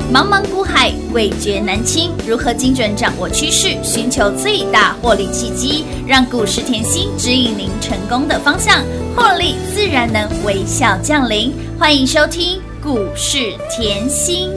茫茫股海，味觉难清。如何精准掌握趋势，寻求最大获利契机，让股市甜心指引您成功的方向，获利自然能微笑降临。欢迎收听股市甜心。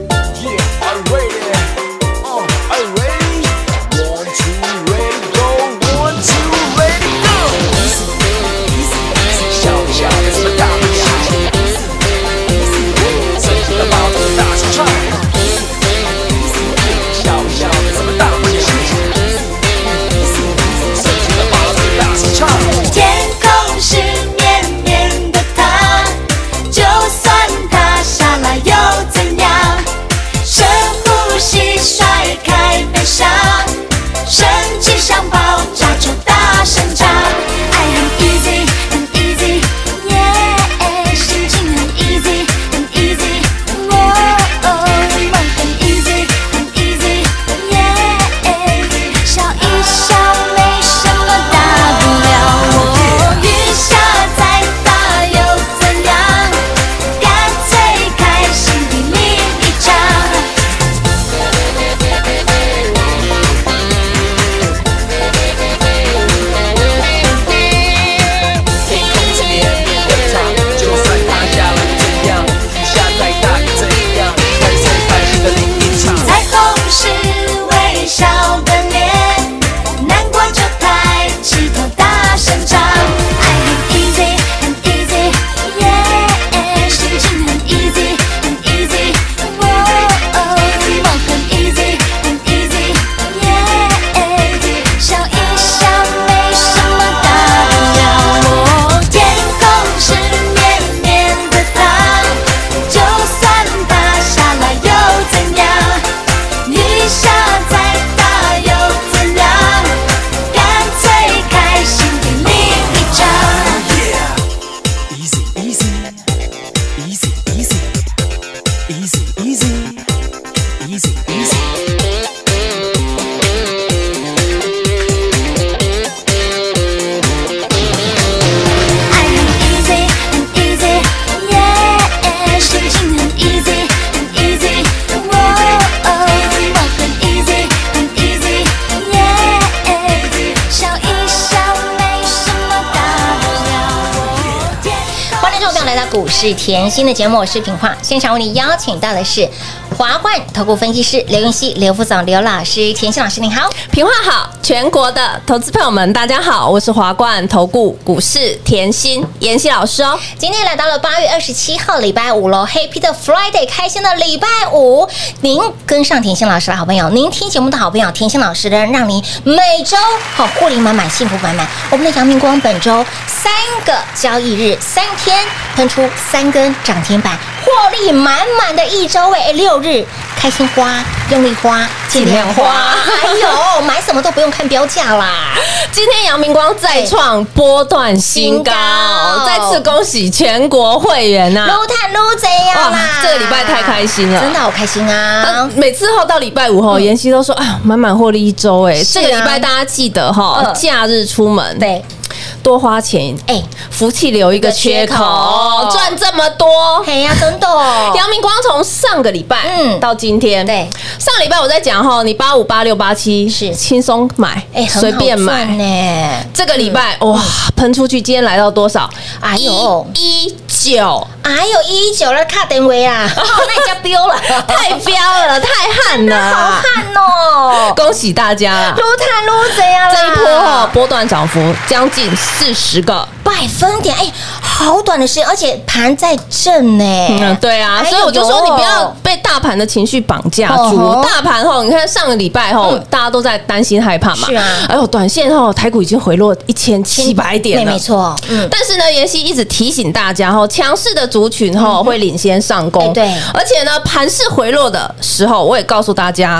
股市甜心的节目，我是品化，现场为你邀请到的是华冠投顾分析师刘云熙、刘副总、刘老师。甜心老师您好， 品化好，全国的投资朋友们大家好，我是华冠投顾股市甜心妍希老师哦。 今天来到了8月27号礼拜五喽 ，Happy 的 Friday， 开心的礼拜五。您跟上甜心老师的好朋友，您听节目的好朋友，甜心老师呢，让您每周好获利满满，幸福满满。我们的阳明光本周3个交易日3天喷出3根涨停板，获利满满的一周6日开心花，用力花，尽量花。哎呦，买什么都不用看标价啦。 今天阳明光再创波段新高，再次恭喜全国会员呐！ 撸探撸贼呀啦！ 这个礼拜太开心了， 真的好开心啊！ 每次到礼拜五妍希都说啊，满满获利一周哎。这个礼拜大家记得假日出门对。多花钱，福气留一个缺口，赚这么多， 嘿呀，真的！ 阳明光从上个礼拜到今天， 对， 上礼拜我在讲你85、86、87是轻松买，随便买呢。 这个礼拜哇，喷出去，今天来到多少？ 哎呦 ，119， 哎呦，119了，卡电位啊，那家飙了， 太飙了，太悍了， 好悍哦！ 恭喜大家啦！ 撸探撸贼啊！ 这一波波段涨幅将近40个百分点，好短的时间，而且盘在震呢。 对啊，所以我就说你不要被大盘的情绪绑架住。大盘你看上个礼拜大家都在担心害怕嘛。 是啊， 哎呦，短线台股已经回落1700点了， 没错。 但是呢，妍希一直提醒大家强势的族群会领先上攻。 对， 而且呢，盘势回落的时候，我也告诉大家。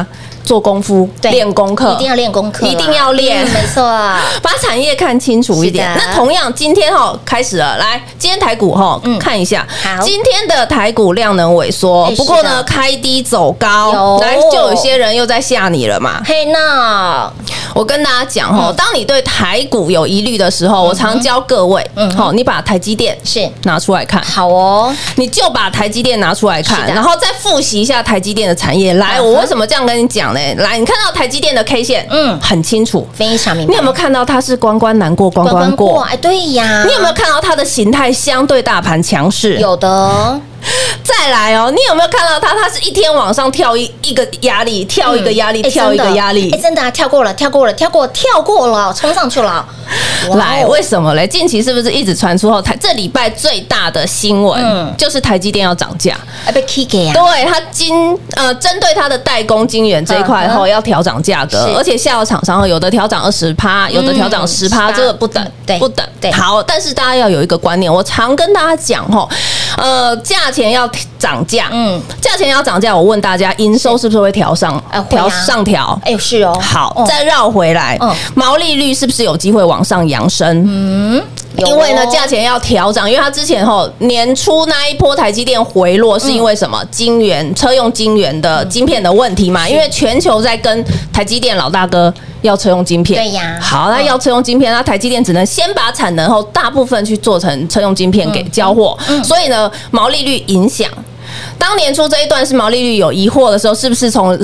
做功夫，练功课， 一定要练功课， 一定要练， 没错， 把产业看清楚一点。那同样，今天开始了，来，今天台股看一下，今天的台股量能萎缩，不过呢，开低走高，来，就有些人又在吓你了嘛。 嘿，那我跟大家讲当你对台股有疑虑的时候，我常教各位，你把台积电是拿出来看， 好哦， 你就把台积电拿出来看，然后再复习一下台积电的产业。来，我为什么这样跟你讲呢？来，你看到台积电的 K 线，很清楚， 非常明白。 你有没有看到它是关关难过关关过？ 哎，对呀。 你有没有看到它的形态相对大盘强势？ 有的。 再来你有没有看到它是一天往上跳一个压力，跳一个压力，跳一个压力？ 真的啊，跳过了，冲上去了。 来，为什么嘞？近期是不是一直传出这礼拜最大的新闻就是台积电要涨价， 被 K 给啊？ 对，它针对它的代工晶圆这一块要调涨价格，而且下游厂商有的调涨20%，有的调涨10%，这个不等，不等。好，但是大家要有一个观念，我常跟大家讲价钱要涨价，价钱要涨价，我问大家，营收是不是会调上调？ 哎，是哦。 好，再绕回来，毛利率是不是有机会往上扬升？因为呢，价钱要调涨，因为它之前年初那一波台积电回落，是因为什么？车用晶圆的晶片的问题嘛？因为全球在跟台积电老大哥要车用晶片， 对呀。 好，那要车用晶片，那台积电只能先把产能大部分去做成车用晶片给交货，所以呢，毛利率影响。当年初这一段是毛利率有疑惑的时候，是不是从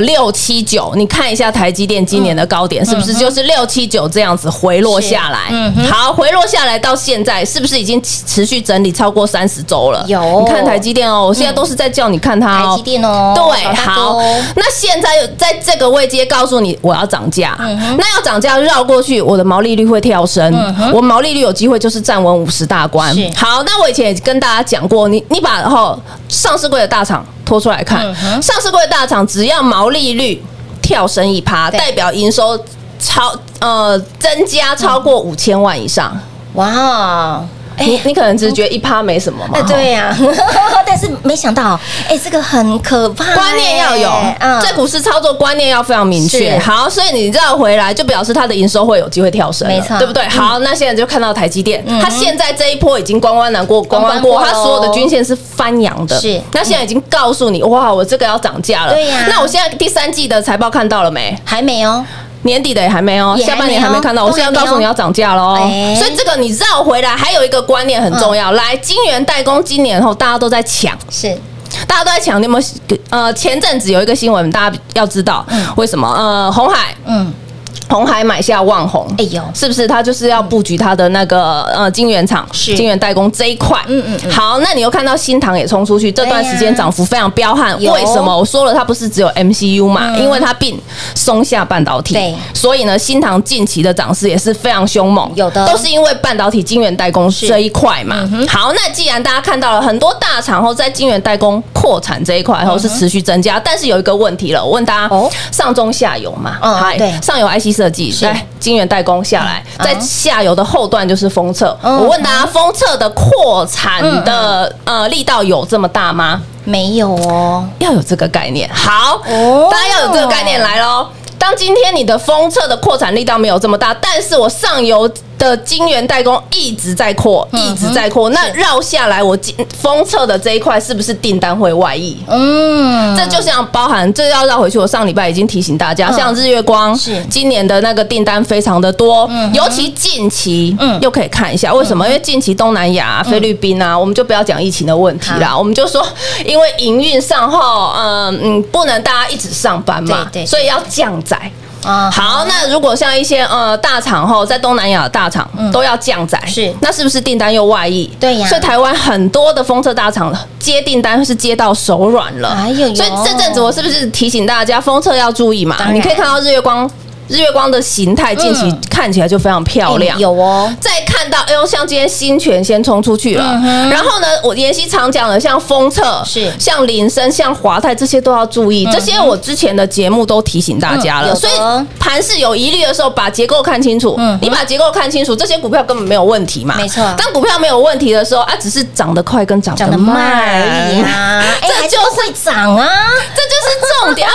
679？你看一下台积电今年的高点，是不是就是679这样子回落下来？好，回落下来到现在，是不是已经持续整理超过30周了？ 有， 你看台积电我现在都是在叫你看它台积电对，好，那现在又在这个位阶告诉你我要涨价，那要涨价绕过去，我的毛利率会跳升，我毛利率有机会就是站稳50大关。好，那我以前也跟大家讲过，你把上市柜的大厂拖出来看，上市柜的大厂只要毛利率跳升1%，代表营收增加超过5000万以上。哇！你可能只是觉得1%没什么嘛？ 对呀，但是没想到，这个很可怕。 观念要有，在股市操作观念要非常明确。好，所以你这样回来，就表示它的营收会有机会跳升，没错，对不对？好，那现在就看到台积电，它现在这一波已经关关难过关关过，它所有的均线是翻扬的。是，那现在已经告诉你，哇，我这个要涨价了。对呀，那我现在第3季的财报看到了没？ 还没哦。 年底的也还没下半年还没看到。我现在告诉你要涨价喽，所以这个你绕回来，还有一个观念很重要。来，晶圆代工今年大家都在抢，是大家都在抢。你有没有前阵子有一个新闻，大家要知道为什么？鸿海买下旺宏，是不是他就是要布局他的那个晶圆厂、晶圆代工这一块？好，那你又看到新唐也冲出去，这段时间涨幅非常彪悍。为什么？我说了，它不是只有 MCU 嘛，因为它并松下半导体，所以呢，新唐近期的涨势也是非常凶猛，有的都是因为半导体晶圆代工这一块嘛。好，那既然大家看到了很多大厂在晶圆代工扩产这一块是持续增加，但是有一个问题了，我问大家，上中下游嘛，对，上游 IC设计，来晶圆代工下来，在下游的后段就是封测。我问大家，封测的扩产的力道有这么大吗？ 没有哦， 要有这个概念。好，大家要有这个概念来咯。当今天你的封测的扩产力道没有这么大，但是我上游的晶圆代工一直在扩，一直在扩，那绕下来我封测的这一块是不是订单会外溢？这就像包含这要绕回去，我上礼拜已经提醒大家，像日月光今年的那个订单非常的多，尤其近期又可以看一下为什么？因为近期东南亚、菲律宾啊，我们就不要讲疫情的问题啦，我们就说因为营运上不能大家一直上班嘛，所以要降载。好，那如果像一些大厂在东南亚的大厂都要降载，那是不是订单又外溢？对呀，所以台湾很多的封测大厂接订单是接到手软了。所以这阵子我是不是提醒大家封测要注意嘛？你可以看到日月光的形态近期看起来就非常漂亮，有哦。再看到像今天新全先冲出去了，然后呢，我妍希常讲的像封测、像林森、像华泰这些都要注意，这些我之前的节目都提醒大家了。所以盘势有疑虑的时候，把结构看清楚。你把结构看清楚，这些股票根本没有问题嘛。没错，当股票没有问题的时候只是涨得快跟涨得慢而已啊。这就会涨啊，这就是重点啊！不要说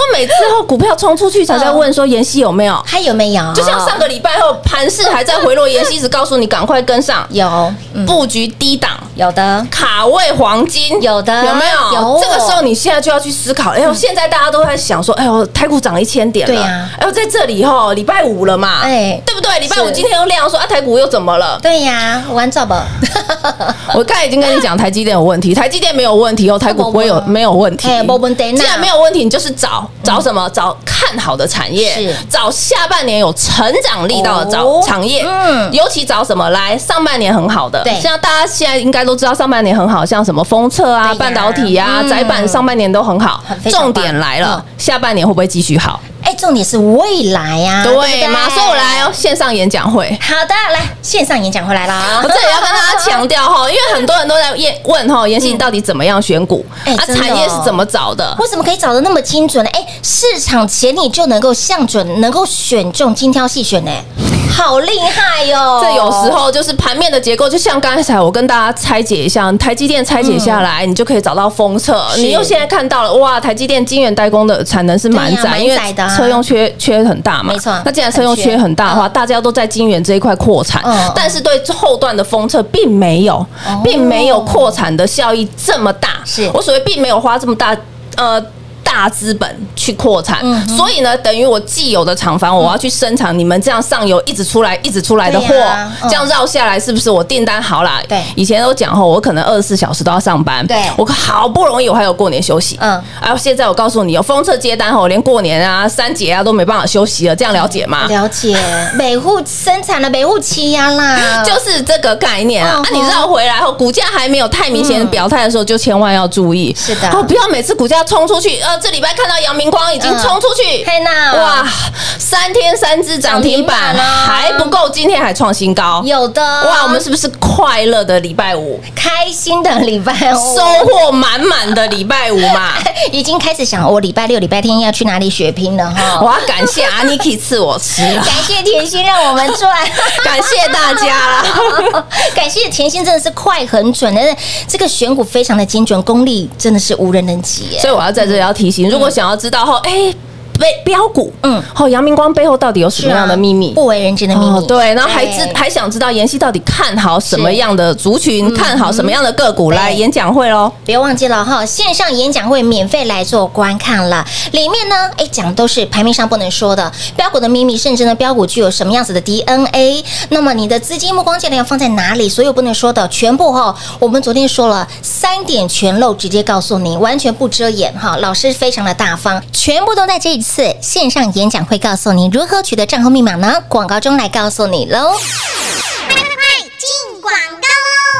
每次股票冲出去才在问说妍希有没有， 还有没有？ 就像上个礼拜后盘势还在回落，妍希一直告诉你赶快跟上， 有布局低档， 有的卡位黄金，有的有没有？有。这个时候你现在就要去思考，哎呦，现在大家都在想说，哎呦，台股涨了1000点了，对呀，哎呦，在这里礼拜五了嘛，哎，对不对？礼拜五今天又亮说台股又怎么了？ 对呀，玩走吧。 我刚才已经跟你讲，台积电有问题，台积电没有问题台股不会没有问题。既然没有问题，你就是找什么？找看好的产业，找下半年有成长力道的产业，尤其找什么？来上半年很好的，对，像大家现在应该都知道上半年很好，像什么封测啊、半导体啊、载板上半年都很好。重点来了，下半年会不会继续好？ 哎，重点是未来呀， 对吗？所以我来线上演讲会。 好的，来线上演讲会来了。 我这里要跟大家强调因为很多人都在问妍希你到底怎么样选股？产业是怎么找的？ 为什么可以找得那么精准呢？市场前你就能够向准，能够选中，精挑细选呢？好厉害哟！ 这有时候就是盘面的结构，就像刚才我跟大家拆解一下，台积电拆解下来，你就可以找到封测。你又现在看到了，哇，台积电晶圆代工的产能是满载，因为车用缺很大嘛。没错。那既然车用缺很大的话，大家都在晶圆这一块扩产，但是对后段的封测并没有扩产的效益这么大。是我所谓并没有花这么大大资本去扩产，所以呢，等于我既有的厂房，我要去生产你们这样上游一直出来的货，这样绕下来，是不是我订单好啦？对，以前都讲我可能24小时都要上班，对，我好不容易我还有过年休息，现在我告诉你，有封测接单我连过年啊、3节啊都没办法休息了，这样了解吗？ 了解，每户生产的每户期呀啦， 就是这个概念啊。你绕回来后，股价还没有太明显的表态的时候，就千万要注意，是的，不要每次股价冲出去，这礼拜看到阳明光已经冲出去，哇，3天3只涨停板还不够，今天还创新高， 有的哇，我们是不是快乐的礼拜五， 开心的礼拜五， 收获满满的礼拜五嘛？ 已经开始想我礼拜六、礼拜天要去哪里血拼了哈！ 我要感谢阿妮可以赐我吃了， 感谢甜心让我们赚， 感谢大家啦， 感谢甜心真的是快很准的，这个选股非常的精准，功力真的是无人能及。 所以我要在这里要提醒，如果想要知道标股，阳明光背后到底有什么样的秘密？ 不为人知的秘密。 对，然后还想知道妍希到底看好什么样的族群，看好什么样的个股来演讲会咯。 别忘记了线上演讲会免费来做观看了。里面呢，讲都是盘面上不能说的标股的秘密，甚至呢标股具有什么样子的 DNA。那么你的资金目光焦点要放在哪里？所有不能说的全部我们昨天说了3点全漏，直接告诉你，完全不遮掩老师非常的大方，全部都在这一次线上演讲会告诉你如何取得账号密码呢？广告中来告诉你喽。快进广告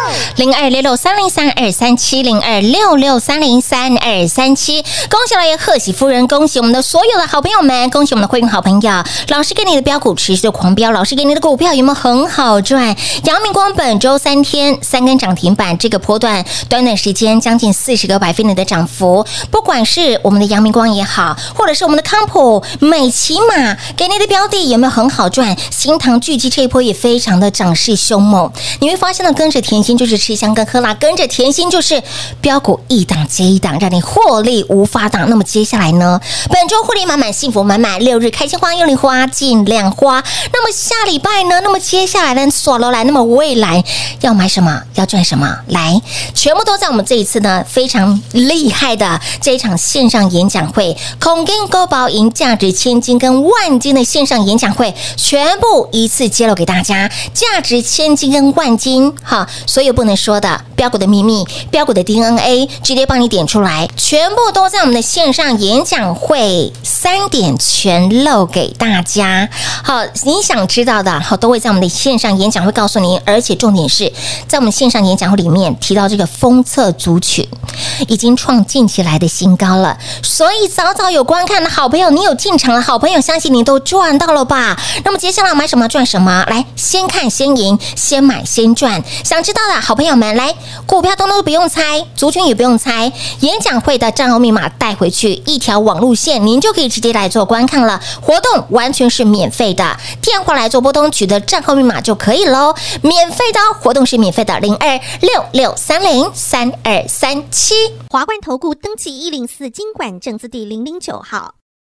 ！0266303237，0266303237，恭喜老爷，贺喜夫人，恭喜我们的所有的好朋友们，恭喜我们的会员好朋友。老师给你的标股持续的狂飙，老师给你的股票有没有很好赚？阳明光本周3天3根涨停板，这个波段短短时间将近40个百分点的涨幅，不管是我们的阳明光也好，或者是我们的康普、美骑马，给你的标的有没有很好赚？新唐巨基这一波也非常的涨势凶猛，你会发现呢，跟着甜心就是吃香跟喝辣，跟着甜心就是标股一档接一档，让你获利无法挡。那么接下来呢，本周获利满满，幸福满满，6日开心花，用力花，尽量花。那么下礼拜呢？那么接下来呢？锁楼来，那么未来要买什么？要赚什么？来，全部都在我们这一次呢非常厉害的这一场线上演讲会，孔跟高宝赢价值1000金跟万金的线上演讲会，全部一次揭露给大家，价值1000金跟万金，所有不能说的标股的秘密，标股的 DNA， 直接帮你点出来，全部都在我们的线上演讲会3点全露给大家。好，你想知道的都会在我们的线上演讲会告诉您，而且重点是在我们线上演讲会里面提到这个封测族群已经创近期来的新高了，所以早早有观看的好朋友，你有进场的好朋友，相信你都赚到了吧？那么接下来买什么赚什么，来先看先赢，先买先赚。想知道的好朋友们，来股票通通都不用猜，族群也不用猜，演讲会的账号密码带回去，一条网路线，您就可以直接来做观看了。活动完全是免费的，电话来做拨通，取得账号密码就可以喽，免费的活动是免费的，0266303237。 华冠投顾登记104金管证字第009号。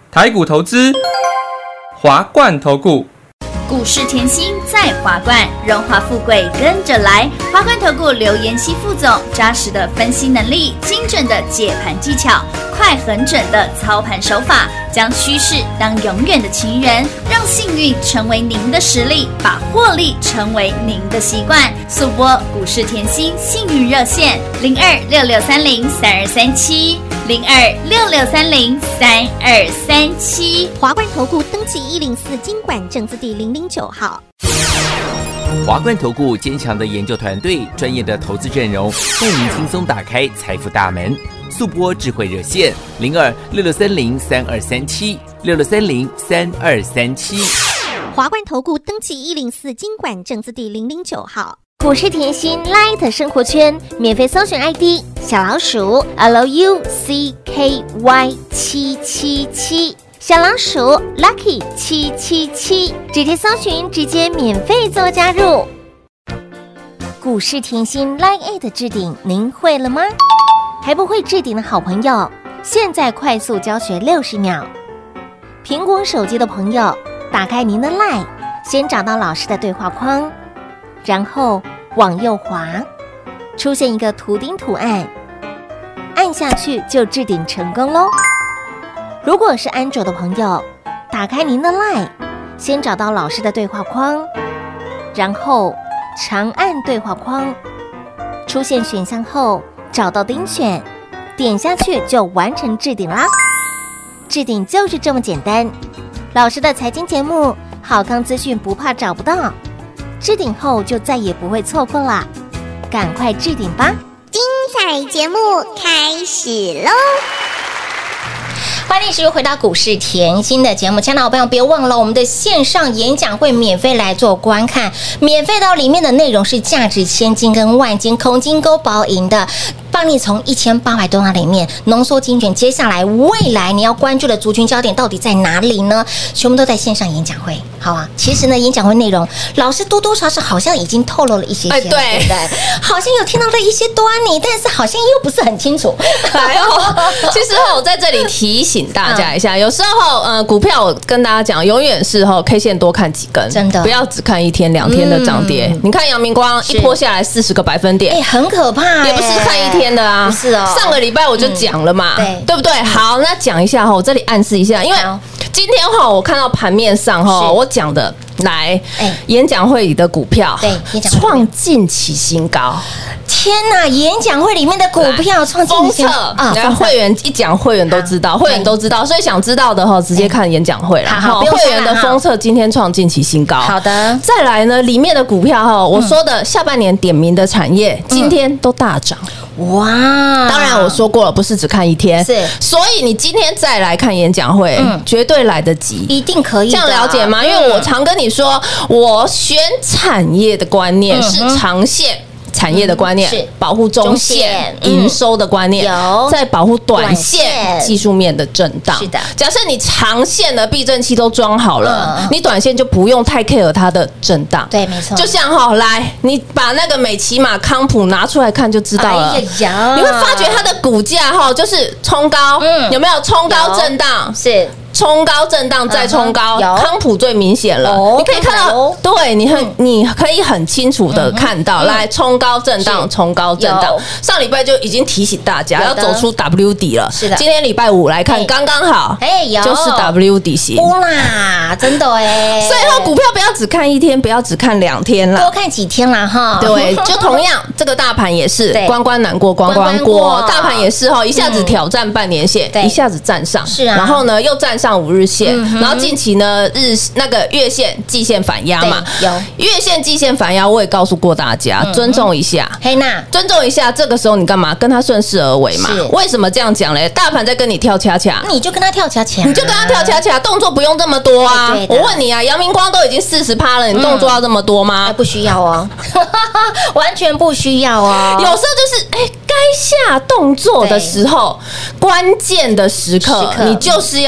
台股投资，华冠投顾。 股市甜心在华冠，荣华富贵跟着来。华冠投顾刘妍希副总，扎实的分析能力，精准的解盘技巧，快很准的操盘手法，将趋势当永远的情人，让幸运成为您的实力，把获利成为您的习惯。速播股市甜心幸运热线02-6630-3237，02-6630-3237。 华冠投顾登记104金管证字第009号。 华冠投顾坚强的研究团队，专业的投资阵容，带您轻松打开财富大门。速播智慧热线02-6630-3237，6630-3237。 华冠投顾登记104金管证字第009号。 股市甜心 Light 生活圈免费搜寻 ID 小老鼠 LUCKY777，小老鼠 Lucky 777，直接搜寻，直接免费做加入。股市甜心 Light 置顶，您会了吗？还不会置顶的好朋友，现在快速教学60秒。苹果手机的朋友，打开您的 Light， 先找到老师的对话框，然后往右滑，出现一个图钉图案，按下去就置顶成功咯。如果是安卓的朋友，打开您的 LINE， 先找到老师的对话框，然后长按对话框，出现选项后找到钉选，点下去就完成置顶啦。置顶就是这么简单，老师的财经节目好康资讯不怕找不到，置顶后就再也不会错过啦，赶快置顶吧！ 精彩节目开始喽！ 欢迎继续回到股市甜心的节目，亲爱的好朋友，别忘了我们的线上演讲会免费来做观看，免费到里面的内容是价值千金跟万金空金勾包赢的，帮你从1800多万里面浓缩精选，接下来未来你要关注的族群焦点到底在哪里呢？全部都在线上演讲会，好啊。其实呢，演讲会内容老师多多少少好像已经透露了一些， 对不对？好像有听到了一些端倪，但是好像又不是很清楚。 其实我在这里提醒大家一下，有时候股票我跟大家讲，永远是K 线多看几根， 真的不要只看1天2天的涨跌。你看阳明光一波下来40个百分点， 很可怕， 也不是看1天的啊， 不是哦。 上个礼拜我就讲了嘛，对不对？好，那讲一下我这里暗示一下，因为今天我看到盘面上我讲的来演讲会里的股票，创近期新高。 天哪！演讲会里面的股票创新高啊！会员一讲，会员都知道，会员都知道，所以想知道的直接看演讲会啦。好，会员的封测今天创近期新高。 好的， 再来呢，里面的股票我说的下半年点名的产业，今天都大涨。 哇！ 当然我说过了，不是只看1天， 是， 所以你今天再来看演讲会，绝对来得及， 一定可以。 这样了解吗？因为我常跟你说，我选产业的观念是长线。产业的观念是保护中线营收的观念，在保护短线技术面的震荡。是的，假设你长线的避震器都装好了，你短线就不用太 care 它的震荡。 对，没错。 就像来，你把那个美骑马康普拿出来看就知道了。你会发觉它的股价就是冲高，有没有冲高震荡？是。冲高震荡再冲高，康普最明显了。你可以看到，对你可以很清楚的看到，来冲高震荡，冲高震荡。上礼拜就已经提醒大家要走出 W 底了。是的，今天礼拜5来看，刚刚好，就是 W 底型。 哇，真的哎！ 所以股票不要只看1天，不要只看2天啦， 多看几天啦哈。 对，就同样这个大盘也是关关难过关关过，大盘也是一下子挑战半年线，一下子站上，是啊，然后呢又站上5日线，然后近期呢那个月线季线反压嘛，有月线季线反压，我也告诉过大家，尊重一下， 黑娜， 尊重一下，这个时候你干嘛跟他顺势而为嘛？为什么这样讲嘞？大盘在跟你跳恰恰， 你就跟他跳恰恰， 你就跟他跳恰恰，动作不用这么多啊！我问你啊，阳明光都已经40%了，你动作要这么多吗？ 不需要哦，完全不需要哦。 有时候就是该下动作的时候，关键的时刻，你就是要下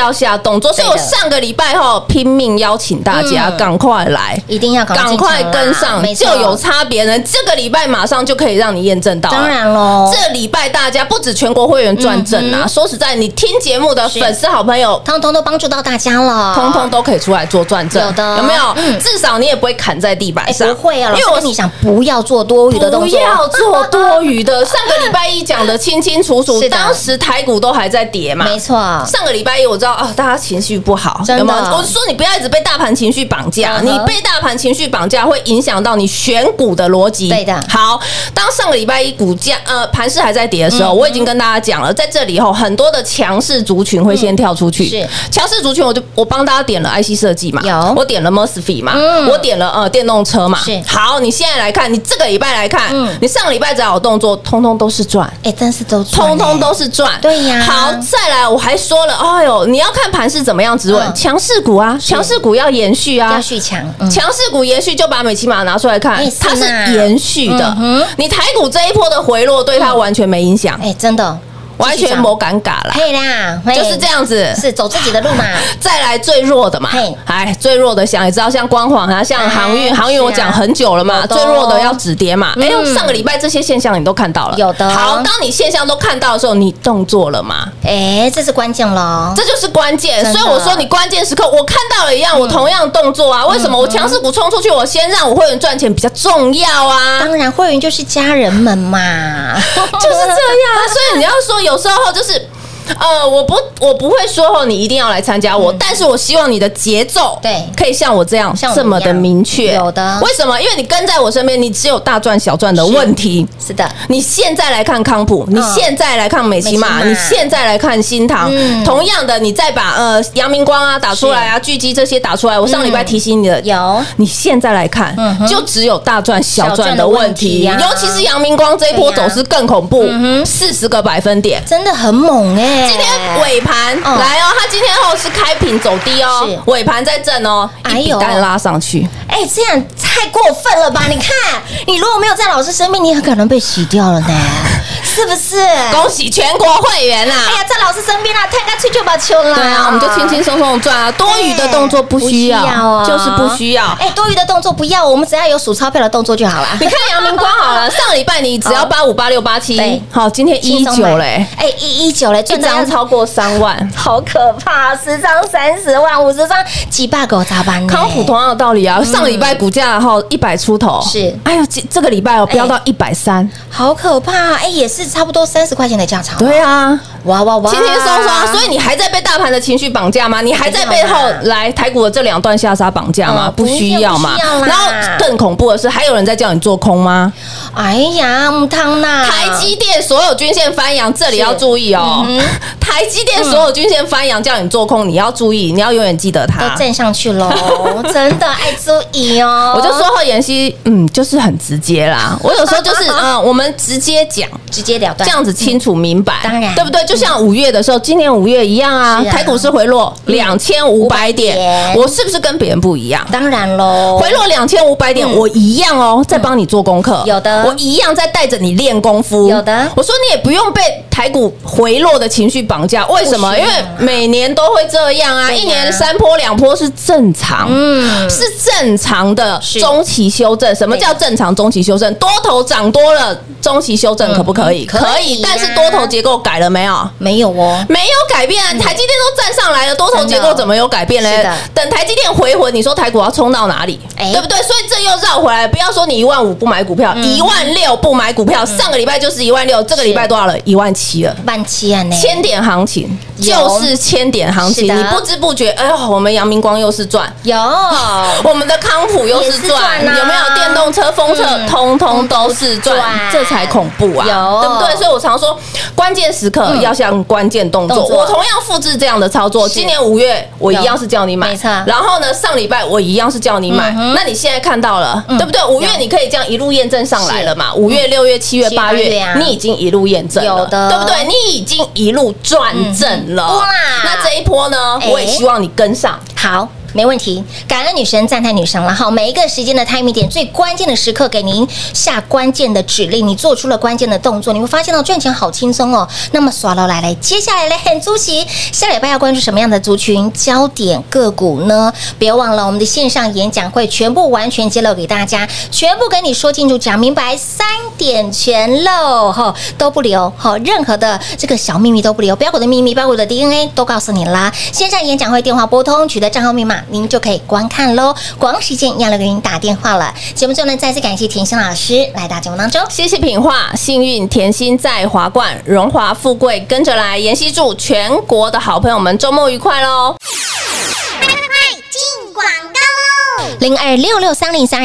动作，所以我上个礼拜拼命邀请大家赶快来， 一定要赶快跟上，就有差别呢。这个礼拜马上就可以让你验证到。 当然喽， 这礼拜大家不止全国会员赚正啊，说实在，你听节目的粉丝好朋友， 通通都帮助到大家了， 通通都可以出来做赚正，有没有？至少你也不会砍在地板上， 不会啊。因为我跟你讲，不要做多余的动作， 不要做多余的。上个礼拜一讲的清清楚楚，当时台股都还在跌嘛， 没错。 上个礼拜一我知道大家情绪不好，有没有？我说你不要一直被大盘情绪绑架，你被大盘情绪绑架会影响到你选股的逻辑。 对的。 好，当上个礼拜一股价盘势还在跌的时候，我已经跟大家讲了，在这里很多的强势族群会先跳出去。是强势族群，我帮大家点了 IC 设计嘛，有我点了 MOSFET 嘛，我点了电动车嘛。是好，你现在来看，你这个礼拜来看，你上个礼拜只要有动作，通通都是赚。 真是都赚， 通通都是赚。 对呀。 好，再来，我还说了，哎呦，你要看盘势怎么样止稳，强势股啊，强势股要延续啊， 要续强， 强势股延续就把美琪玛拿出来看，它是延续的。你台股这一波的回落对它完全没影响， 真的。 完全没尴尬啦， 嘿啦， 就是这样子， 是走自己的路嘛。 再来最弱的嘛，最弱的想也知道，像光华啊，像航运，我讲很久了嘛，最弱的要止跌嘛。上个礼拜这些现象你都看到了， 有的。 好，当你现象都看到的时候，你动作了吗？ 这是关键了， 这就是关键。所以我说你关键时刻，我看到了一样，我同样动作啊。为什么我强势股冲出去，我先让我会员赚钱比较重要啊？ 当然，会员就是家人们嘛， 就是这样。所以你要说有时候就是。我不会说你一定要来参加我，但是我希望你的节奏对可以像我这样这么的明确。 有的， 为什么？因为你跟在我身边，你只有大赚小赚的问题。 是的， 你现在来看康普，你现在来看美琪玛，你现在来看新唐，同样的，你再把阳明光啊打出来啊，巨基这些打出来。我上礼拜提醒你的，有你现在来看，就只有大赚小赚的问题。尤其是阳明光这一波走势更恐怖，40个百分点， 真的很猛今天尾盘来它今天是开平走低尾盘在震一笔单拉上去， 这样太过分了吧？你看，你如果没有在老师身边，你很可能被洗掉了呢，是不是？ 恭喜全国会员啦！ 在老师身边啦，太干脆就把球啦。 对啊，我们就轻轻松松赚啊，多余的动作不需要，就是不需要。 多余的动作不要，我们只要有数钞票的动作就好了。 你看阳明光好了，上礼拜你只要85、86、87，好，今天19嘞 ，119嘞， 一张超过3万， 好可怕！10张30万，50张几百个咋办呢？ 康普同样的道理啊，上个礼拜股价100出头， 是， 哎呦，这个礼拜飙到130， 好可怕！也是差不多30块钱的价差。 对啊， 哇， 轻轻松松，所以你还在被大盘的情绪绑架吗？你还在背后来台股的这2段下杀绑架吗？不需要嘛。然后更恐怖的是，还有人在叫你做空吗？ 哎呀，母汤呐！ 台积电所有均线翻扬，这里要注意哦。台积电所有均线翻扬，叫你做空，你要注意，你要永远记得它都站上去喽，真的爱注意哦。 我就说后妍希，就是很直接啦。我有时候就是我们直接讲， 直截了当， 这样子清楚明白， 当然， 对不对？就像5月的时候，今年5月一样啊，台股是回落2500点，我是不是跟别人不一样？ 当然喽， 回落2500点，我一样在帮你做功课， 有的， 我一样在带着你练功夫， 有的。 我说你也不用被台股回落的情绪绑架，为什么？因为每年都会这样啊，一年3波2波是正常，是正常的中期修正。什么叫正常中期修正？多头涨多了，中期修正可不可以？可以，但是多头结构改了没有？ 没有哦， 没有改变啊！台积电都站上来了，多头结构怎么有改变嘞？等台积电回魂，你说台股要冲到哪里？对不对？所以这又绕回来，不要说你15000不买股票，16000不买股票，上个礼拜就是16000，这个礼拜多少了？17000了 ，17000啊！ 千点行情就是千点行情，你不知不觉，哎呦，我们阳明光又是赚， 有我们的康普又是赚，有没有？电动车、封测，通通都是赚，这才恐怖啊！对不对？所以我常说，关键时刻要像关键动作。我同样复制这样的操作，今年5月我一样是叫你买， 没错。 然后呢，上礼拜我一样是叫你买，那你现在看到了，对不对？5月你可以这样一路验证上来了嘛？5月、6月、7月、8月，你已经一路验证了，对不对？你已经一路赚正了。哇！那这一波呢，我也希望你跟上。 好。 没问题，感恩女神，赞叹女神了哈！每一个时间的 timing 点，最关键的时刻，给您下关键的指令，你做出了关键的动作，你会发现到赚钱好轻松哦。那么耍楼来，接下来很出席，下礼拜要关注什么样的族群焦点个股呢？别忘了我们的线上演讲会，全部完全揭露给大家，全部跟你说清楚、讲明白，3点全漏哈，都不留哈，任何的这个小秘密都不留，标股的秘密、标股的 DNA 都告诉你啦。线上演讲会电话拨通，取得账号密码，您就可以观看喽。广告时间要来给您打电话了。节目最后呢，再次感谢甜心老师来到节目当中， 谢谢品画，幸运甜心在华冠，荣华富贵跟着来。妍希祝全国的好朋友们周末愉快喽！ 快进广告喽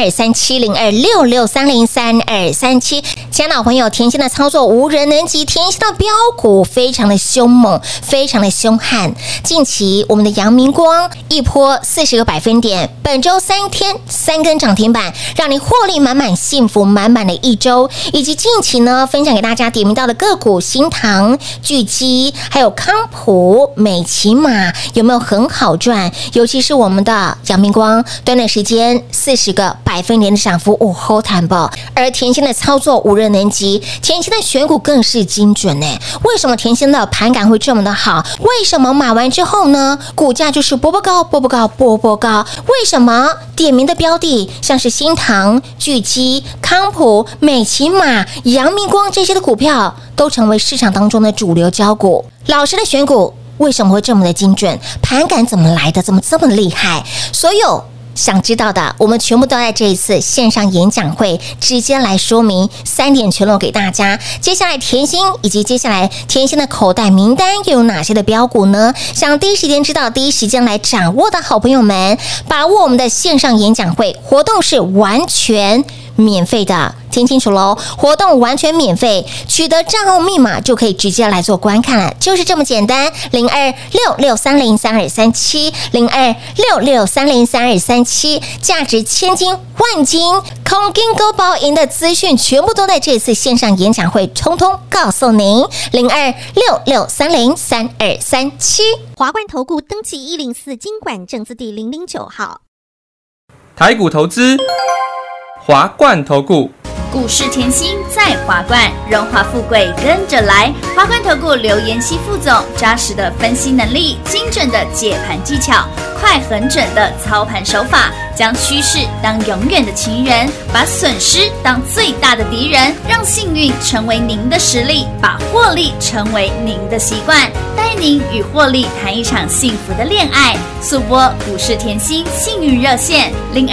！0266303237，0266303237，亲爱的好朋友，甜心的操作无人能及，甜心的标股非常的凶猛，非常的凶悍。近期我们的阳明光一波40个百分点，本周3天3根涨停板，让你获利满满、幸福满满的一周。以及近期呢，分享给大家点名到的个股，新唐、巨基，还有康普、美骑马，有没有很好赚？尤其是我们的阳明光，短短时间40个百分点的涨幅，好坦爆。而甜心的操作无人能及，甜心的选股更是精准呢。为什么甜心的盘感会这么的好？为什么买完之后呢，股价就是波波高、波波高、波波高？为什么点名的标的像是新唐、巨基、康普、美骑马、阳明光这些的股票，都成为市场当中的主流标股？老师的选股为什么会这么的精准？盘感怎么来的？怎么这么厉害？所有想知道的，我们全部都在这一次线上演讲会直接来说明，3点全漏给大家。接下来甜心以及接下来甜心的口袋名单又有哪些的标股呢？想第一时间知道、第一时间来掌握的好朋友们，把握我们的线上演讲会活动是完全免费的，听清楚喽！活动完全免费，取得账号密码就可以直接来做观看了，就是这么简单。0266303237，0266303237，价值千金万金、空金勾包赢的资讯，全部都在这次线上演讲会，通通告诉您。0266303237， 华冠投顾登记104金管证字第009号， 台股投资，华冠投顾。 股市甜心在华冠，荣华富贵跟着来。华冠投顾刘妍希副总，扎实的分析能力，精准的解盘技巧，快很准的操盘手法，将趋势当永远的情人，把损失当最大的敌人，让幸运成为您的实力，把获利成为您的习惯，带您与获利谈一场幸福的恋爱。速播股市甜心幸运热线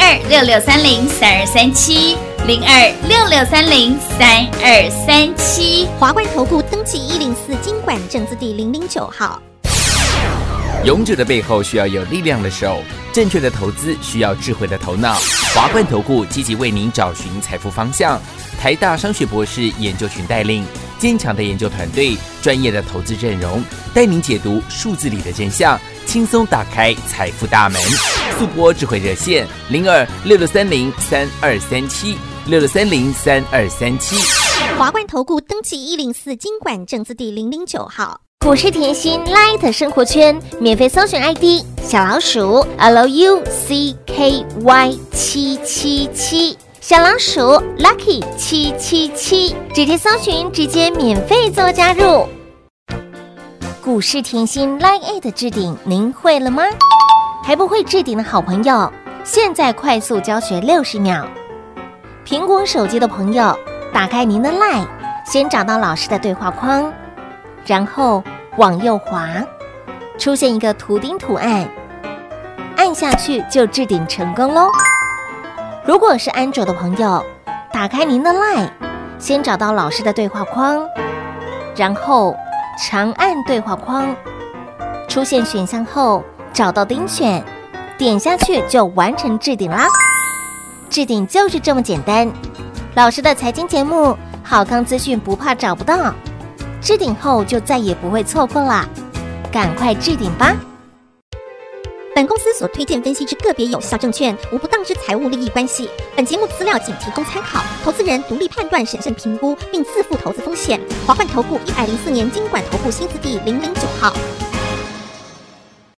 0266303237，0266303237， 华冠投顾登记104金管证字第009号。 勇者的背后需要有力量的手，正确的投资需要智慧的头脑。华冠投顾积极为您找寻财富方向，台大商学博士研究群带领，坚强的研究团队，专业的投资阵容，带您解读数字里的真相，轻松打开财富大门。速播智慧热线0266303237，66303237。 华冠投顾登记104金管证字第009号。 股市甜心 Light 生活圈免费搜寻 ID 小老鼠 LUCKY777，小老鼠 Lucky 777，直接搜寻，直接免费做加入。股市甜心 Line 的置顶，您会了吗？还不会置顶的好朋友，现在快速教学60秒。苹果手机的朋友，打开您的 Line， 先找到老师的对话框，然后往右滑，出现一个图钉图案，按下去就置顶成功咯。如果是安卓的朋友，打开您的 Line， 先找到老师的对话框，然后长按对话框，出现选项后找到钉选，点下去就完成置顶啦。置顶就是这么简单，老师的财经节目好康资讯不怕找不到，置顶后就再也不会错过啦，赶快置顶吧。 本公司所推荐分析之个别有效证券，无不当之财务利益关系。本节目资料仅提供参考，投资人独立判断、审慎评估，并自负投资风险。华冠投顾104年金管投顾新字第009号。